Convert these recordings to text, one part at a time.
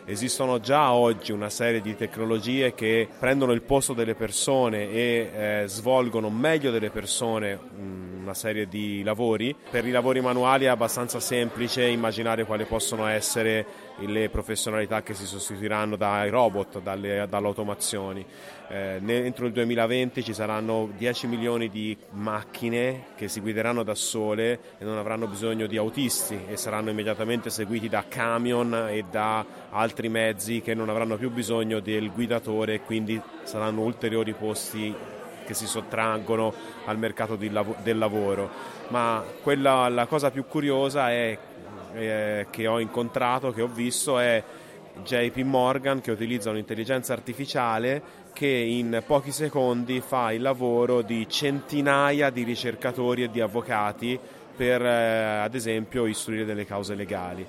Esistono già oggi una serie di tecnologie che prendono il posto delle persone e svolgono meglio delle persone una serie di lavori. Per i lavori manuali è abbastanza semplice immaginare quali possono essere le professionalità che si sostituiranno dai robot, dalle automazioni. Entro il 2020 ci saranno 10 milioni di macchine che si guideranno da sole e non avranno bisogno di autisti e saranno immediatamente seguiti da camion e da altri mezzi che non avranno più bisogno del guidatore, e quindi saranno ulteriori posti che si sottraggono al mercato del lavoro. Ma la cosa più curiosa che ho incontrato, che ho visto, è JP Morgan, che utilizza un'intelligenza artificiale che in pochi secondi fa il lavoro di centinaia di ricercatori e di avvocati per ad esempio istruire delle cause legali.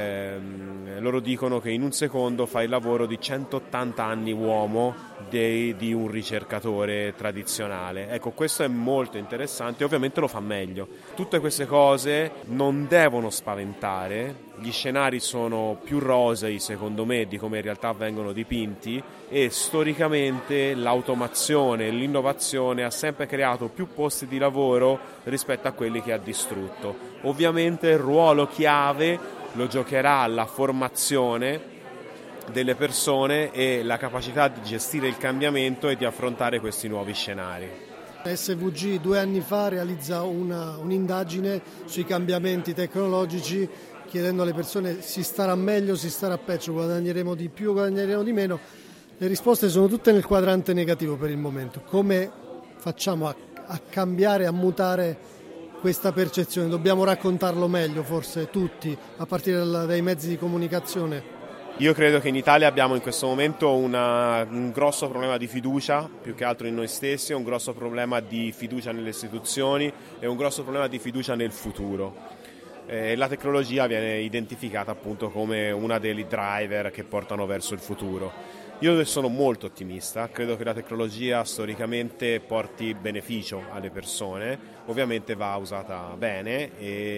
Loro dicono che in un secondo fa il lavoro di 180 anni uomo di un ricercatore tradizionale. Ecco, questo è molto interessante e ovviamente lo fa meglio. Tutte queste cose non devono spaventare. Gli scenari sono più rosei, secondo me, di come in realtà vengono dipinti, e storicamente l'automazione e l'innovazione ha sempre creato più posti di lavoro rispetto a quelli che ha distrutto. Ovviamente il ruolo chiave lo giocherà la formazione delle persone e la capacità di gestire il cambiamento e di affrontare questi nuovi scenari. SVG 2 anni fa realizza un'indagine sui cambiamenti tecnologici, chiedendo alle persone: si starà meglio, si starà peggio, guadagneremo di più, guadagneremo di meno. Le risposte sono tutte nel quadrante negativo per il momento. Come facciamo a cambiare, a mutare questa percezione? Dobbiamo raccontarlo meglio, forse tutti, a partire dai mezzi di comunicazione. Io credo che in Italia abbiamo in questo momento un grosso problema di fiducia, più che altro in noi stessi, un grosso problema di fiducia nelle istituzioni e un grosso problema di fiducia nel futuro. La tecnologia viene identificata appunto come una dei driver che portano verso il futuro. Io sono molto ottimista, credo che la tecnologia storicamente porti beneficio alle persone, ovviamente va usata bene,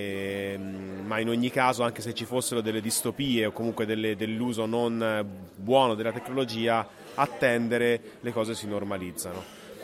ma in ogni caso, anche se ci fossero delle distopie o comunque dell'uso non buono della tecnologia, attendere le cose si normalizzano.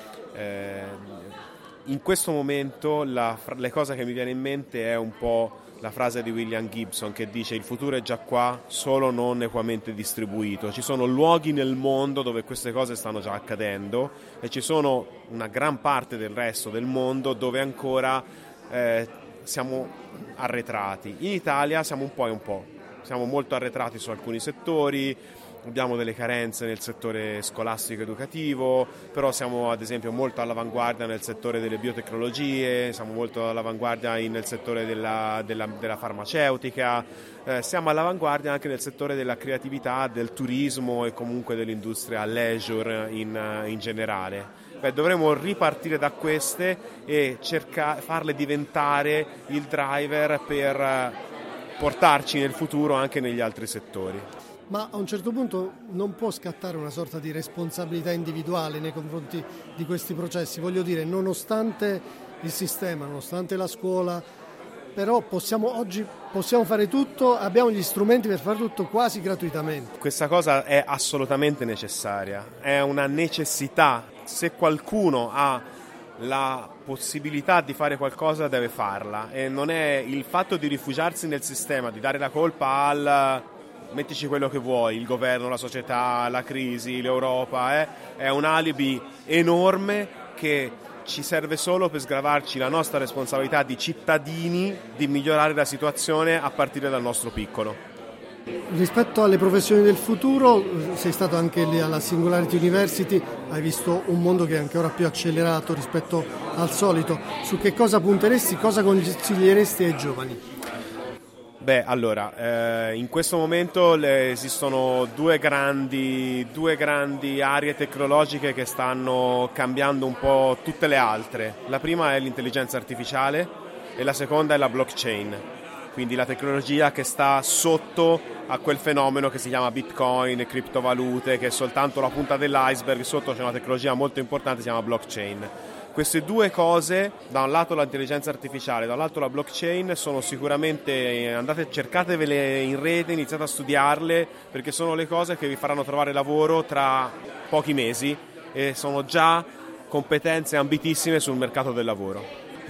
In questo momento la cosa che mi viene in mente è un po' la frase di William Gibson che dice: il futuro è già qua, solo non equamente distribuito. Ci sono luoghi nel mondo dove queste cose stanno già accadendo e ci sono una gran parte del resto del mondo dove ancora siamo arretrati. In Italia siamo un po' e un po'. Siamo molto arretrati su alcuni settori, abbiamo delle carenze nel settore scolastico educativo, però siamo ad esempio molto all'avanguardia nel settore delle biotecnologie, siamo molto all'avanguardia nel settore della farmaceutica, siamo all'avanguardia anche nel settore della creatività, del turismo e comunque dell'industria leisure in generale. Dovremmo ripartire da queste e farle diventare il driver per portarci nel futuro anche negli altri settori. Ma a un certo punto non può scattare una sorta di responsabilità individuale nei confronti di questi processi? Voglio dire, nonostante il sistema, nonostante la scuola, però oggi possiamo fare tutto, abbiamo gli strumenti per fare tutto quasi gratuitamente. Questa cosa è assolutamente necessaria, è una necessità. Se qualcuno ha la possibilità di fare qualcosa deve farla, e non è il fatto di rifugiarsi nel sistema, di dare la colpa mettici quello che vuoi, il governo, la società, la crisi, l'Europa, è un alibi enorme che ci serve solo per sgravarci la nostra responsabilità di cittadini di migliorare la situazione a partire dal nostro piccolo. Rispetto alle professioni del futuro, sei stato anche lì alla Singularity University, hai visto un mondo che è ancora più accelerato rispetto al solito. Su che cosa punteresti, cosa consiglieresti ai giovani? Allora, in questo momento esistono due grandi aree tecnologiche che stanno cambiando un po' tutte le altre. La prima è l'intelligenza artificiale e la seconda è la blockchain, quindi la tecnologia che sta sotto a quel fenomeno che si chiama Bitcoin e criptovalute, che è soltanto la punta dell'iceberg. Sotto c'è una tecnologia molto importante, si chiama blockchain. Queste due cose, da un lato l'intelligenza artificiale, dall'altro la blockchain, sono sicuramente, cercatevele in rete, iniziate a studiarle, perché sono le cose che vi faranno trovare lavoro tra pochi mesi e sono già competenze ambitissime sul mercato del lavoro.